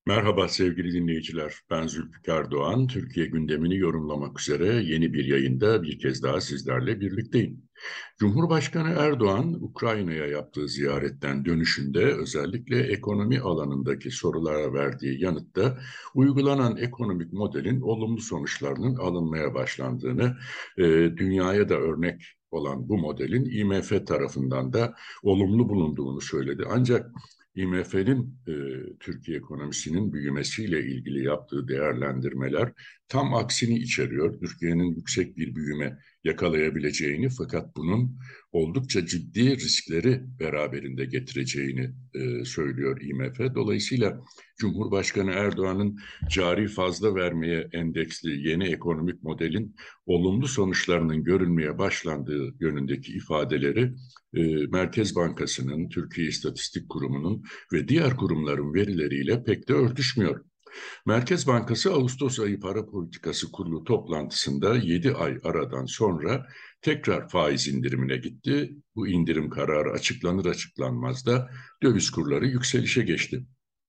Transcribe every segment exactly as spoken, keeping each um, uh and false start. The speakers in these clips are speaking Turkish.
Merhaba sevgili dinleyiciler. Ben Zülfikar Doğan. Türkiye gündemini yorumlamak üzere yeni bir yayında bir kez daha sizlerle birlikteyim. Cumhurbaşkanı Erdoğan, Ukrayna'ya yaptığı ziyaretten dönüşünde özellikle ekonomi alanındaki sorulara verdiği yanıtta uygulanan ekonomik modelin olumlu sonuçlarının alınmaya başlandığını, e, dünyaya da örnek olan bu modelin I M F tarafından da olumlu bulunduğunu söyledi. Ancak I M F'nin e, Türkiye ekonomisinin büyümesiyle ilgili yaptığı değerlendirmeler tam aksini içeriyor. Türkiye'nin yüksek bir büyüme yakalayabileceğini fakat bunun oldukça ciddi riskleri beraberinde getireceğini e, söylüyor I M F. Dolayısıyla Cumhurbaşkanı Erdoğan'ın cari fazla vermeye endeksli yeni ekonomik modelin olumlu sonuçlarının görülmeye başlandığı yönündeki ifadeleri e, Merkez Bankası'nın, Türkiye İstatistik Kurumu'nun ve diğer kurumların verileriyle pek de örtüşmüyor. Merkez Bankası Ağustos ayı para politikası kurulu toplantısında yedi ay aradan sonra tekrar faiz indirimine gitti. Bu indirim kararı açıklanır açıklanmaz da döviz kurları yükselişe geçti.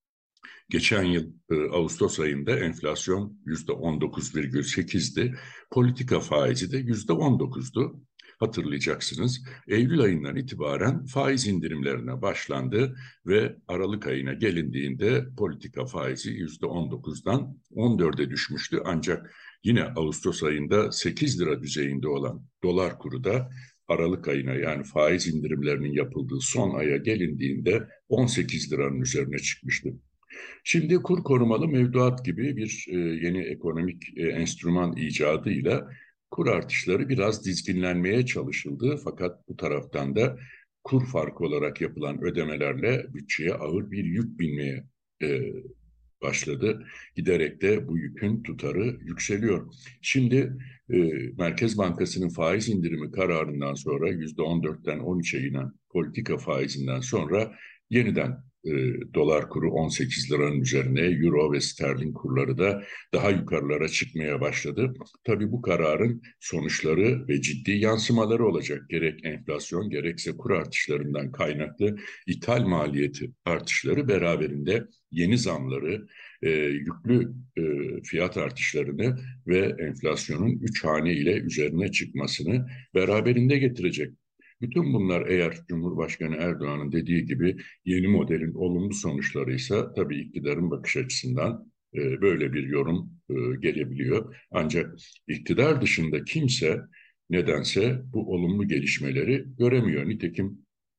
Geçen yıl e, Ağustos ayında enflasyon yüzde on dokuz virgül sekizdi. Politika faizi de yüzde on dokuzdu. Hatırlayacaksınız. Eylül ayından itibaren faiz indirimlerine başlandı ve Aralık ayına gelindiğinde politika faizi yüzde on dokuzdan on dörde düşmüştü. Ancak yine Ağustos ayında sekiz lira düzeyinde olan dolar kuru da Aralık ayına yani faiz indirimlerinin yapıldığı son aya gelindiğinde on sekiz liranın üzerine çıkmıştı. Şimdi kur korumalı mevduat gibi bir e, yeni ekonomik e, enstrüman icadıyla kur artışları biraz dizginlenmeye çalışıldı. Fakat bu taraftan da kur farkı olarak yapılan ödemelerle bütçeye ağır bir yük binmeye e, başladı. Giderek de bu yükün tutarı yükseliyor. Şimdi e, Merkez Bankası'nın faiz indirimi kararından sonra yüzde on dörtten on üçe inen politika faizinden sonra yeniden e, dolar kuru on sekiz liranın üzerine, euro ve sterlin kurları da daha yukarılara çıkmaya başladı. Tabii bu kararın sonuçları ve ciddi yansımaları olacak. Gerek enflasyon gerekse kur artışlarından kaynaklı ithal maliyeti artışları beraberinde yeni zamları, e, yüklü e, fiyat artışlarını ve enflasyonun üç hane ile üzerine çıkmasını beraberinde getirecek. Bütün bunlar eğer Cumhurbaşkanı Erdoğan'ın dediği gibi yeni modelin olumlu sonuçlarıysa tabii iktidarın bakış açısından e, böyle bir yorum e, gelebiliyor. Ancak iktidar dışında kimse nedense bu olumlu gelişmeleri göremiyor. Nitekim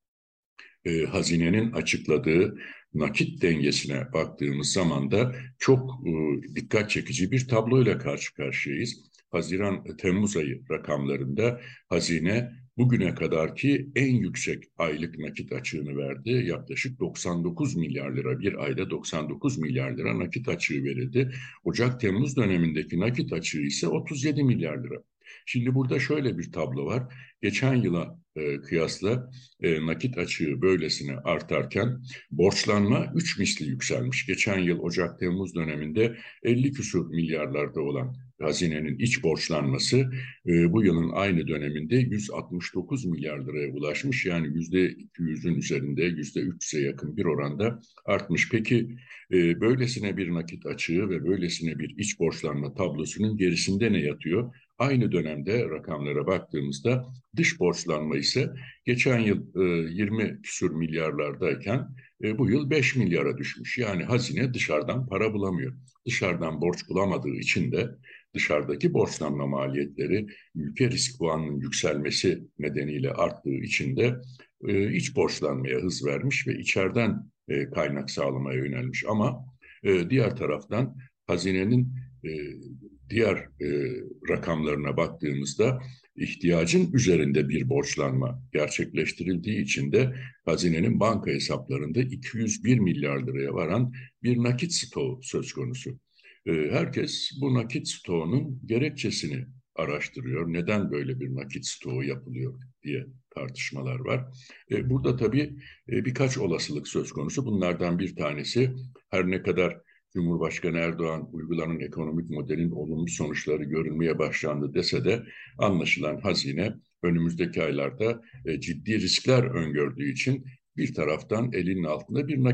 e, hazinenin açıkladığı nakit dengesine baktığımız zaman da çok e, dikkat çekici bir tabloyla karşı karşıyayız. Haziran-Temmuz ayı rakamlarında hazine bugüne kadarki en yüksek aylık nakit açığını verdi. Yaklaşık doksan dokuz milyar lira, bir ayda doksan dokuz milyar lira nakit açığı verildi. Ocak-Temmuz dönemindeki nakit açığı ise otuz yedi milyar lira. Şimdi burada şöyle bir tablo var. Geçen yıla e, kıyasla e, nakit açığı böylesine artarken borçlanma üç misli yükselmiş. Geçen yıl Ocak-Temmuz döneminde elli küsur milyarlarda olan hazinenin iç borçlanması e, bu yılın aynı döneminde yüz altmış dokuz milyar liraya ulaşmış. Yani yüzde iki yüzün üzerinde yüzde üç yüze yakın bir oranda artmış. Peki e, böylesine bir nakit açığı ve böylesine bir iç borçlanma tablosunun gerisinde ne yatıyor? Aynı dönemde rakamlara baktığımızda dış borçlanma ise geçen yıl e, yirmi küsur milyarlardayken e, bu yıl beş milyara düşmüş. Yani hazine dışarıdan para bulamıyor. Dışarıdan borç bulamadığı için de dışarıdaki borçlanma maliyetleri ülke risk puanının yükselmesi nedeniyle arttığı için de e, iç borçlanmaya hız vermiş ve içeriden e, kaynak sağlamaya yönelmiş. Ama e, diğer taraftan hazinenin e, diğer e, rakamlarına baktığımızda ihtiyacın üzerinde bir borçlanma gerçekleştirildiği için de hazinenin banka hesaplarında iki yüz bir milyar liraya varan bir nakit stoğu söz konusu. Ee, Herkes bu nakit stoğunun gerekçesini araştırıyor. Neden böyle bir nakit stoğu yapılıyor diye tartışmalar var. Ee, Burada tabii e, birkaç olasılık söz konusu. Bunlardan bir tanesi her ne kadar Cumhurbaşkanı Erdoğan uygulanan ekonomik modelin olumlu sonuçları görülmeye başlandı dese de anlaşılan hazine önümüzdeki aylarda e, ciddi riskler öngördüğü için bir taraftan elinin altında bir nakit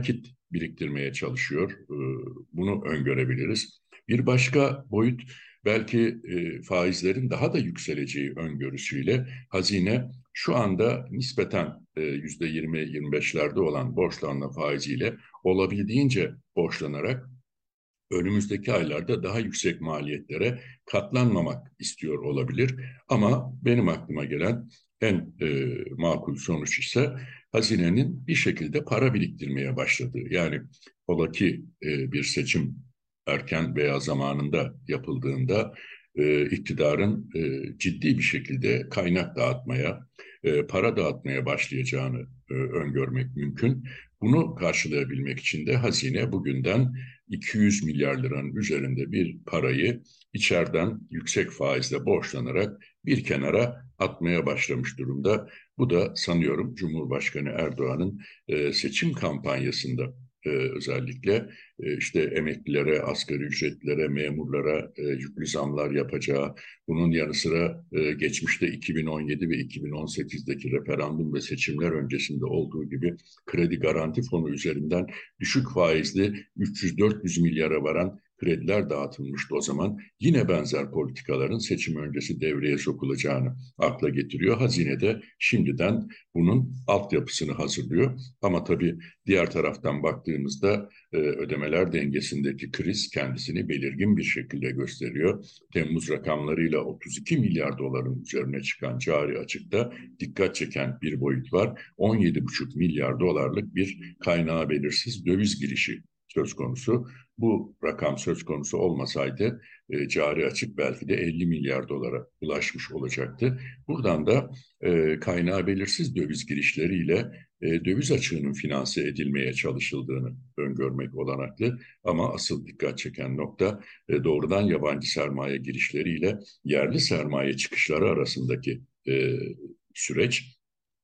biriktirmeye çalışıyor. E, bunu öngörebiliriz. Bir başka boyut belki e, faizlerin daha da yükseleceği öngörüsüyle hazine şu anda nispeten e, yüzde yirmi yirmi beşlerde olan borçlanma faiziyle olabildiğince borçlanarak önümüzdeki aylarda daha yüksek maliyetlere katlanmamak istiyor olabilir. Ama benim aklıma gelen en e, makul sonuç ise hazinenin bir şekilde para biriktirmeye başladığı. Yani ola ki e, bir seçim erken veya zamanında yapıldığında e, iktidarın e, ciddi bir şekilde kaynak dağıtmaya, e, para dağıtmaya başlayacağını e, öngörmek mümkün. Bunu karşılayabilmek için de hazine bugünden iki yüz milyar liranın üzerinde bir parayı içeriden yüksek faizle borçlanarak bir kenara atmaya başlamış durumda. Bu da sanıyorum Cumhurbaşkanı Erdoğan'ın e, seçim kampanyasında e, özellikle e, işte emeklilere, asgari ücretlilere, memurlara e, yüklü zamlar yapacağı, bunun yanı sıra e, geçmişte iki bin on yedi ve iki bin on sekizdeki referandum ve seçimler öncesinde olduğu gibi kredi garanti fonu üzerinden düşük faizli üç yüz dört yüz milyara varan krediler dağıtılmıştı o zaman. Yine benzer politikaların seçim öncesi devreye sokulacağını akla getiriyor. Hazine de şimdiden bunun altyapısını hazırlıyor. Ama tabii diğer taraftan baktığımızda e, ödemeler dengesindeki kriz kendisini belirgin bir şekilde gösteriyor. Temmuz rakamlarıyla otuz iki milyar doların üzerine çıkan cari açıkta dikkat çeken bir boyut var. on yedi buçuk milyar dolarlık bir kaynağı belirsiz döviz girişi söz konusu. Bu rakam söz konusu olmasaydı e, cari açık belki de elli milyar dolara ulaşmış olacaktı. Buradan da e, kaynağı belirsiz döviz girişleriyle e, döviz açığının finanse edilmeye çalışıldığını öngörmek olanaklı. Ama asıl dikkat çeken nokta e, doğrudan yabancı sermaye girişleriyle yerli sermaye çıkışları arasındaki e, süreç.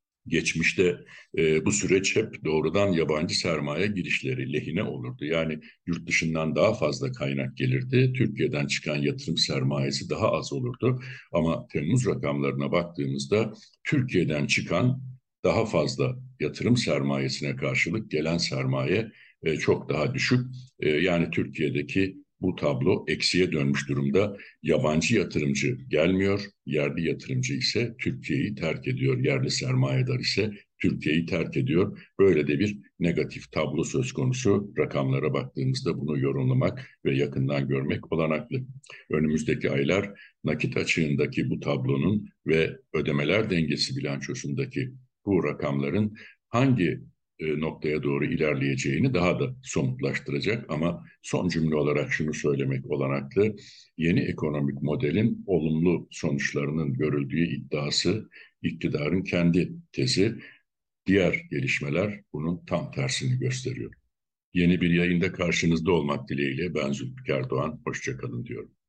Geçmişte e, bu süreç hep doğrudan yabancı sermaye girişleri lehine olurdu. Yani yurt dışından daha fazla kaynak gelirdi. Türkiye'den çıkan yatırım sermayesi daha az olurdu. Ama Temmuz rakamlarına baktığımızda Türkiye'den çıkan daha fazla yatırım sermayesine karşılık gelen sermaye e, çok daha düşük. E, yani Türkiye'deki bu tablo eksiye dönmüş durumda. Yabancı yatırımcı gelmiyor, yerli yatırımcı ise Türkiye'yi terk ediyor, yerli sermayedar ise Türkiye'yi terk ediyor. Böyle de bir negatif tablo söz konusu. Rakamlara baktığımızda bunu yorumlamak ve yakından görmek olanaklı. Önümüzdeki aylar nakit açığındaki bu tablonun ve ödemeler dengesi bilançosundaki bu rakamların hangi e, noktaya doğru ilerleyeceğini daha da somutlaştıracak. Ama son cümle olarak şunu söylemek olanaklı: yeni ekonomik modelin olumlu sonuçlarının görüldüğü iddiası iktidarın kendi tezi. Diğer gelişmeler bunun tam tersini gösteriyor. Yeni bir yayında karşınızda olmak dileğiyle ben Zülfikar Doğan. Hoşça kalın diyorum.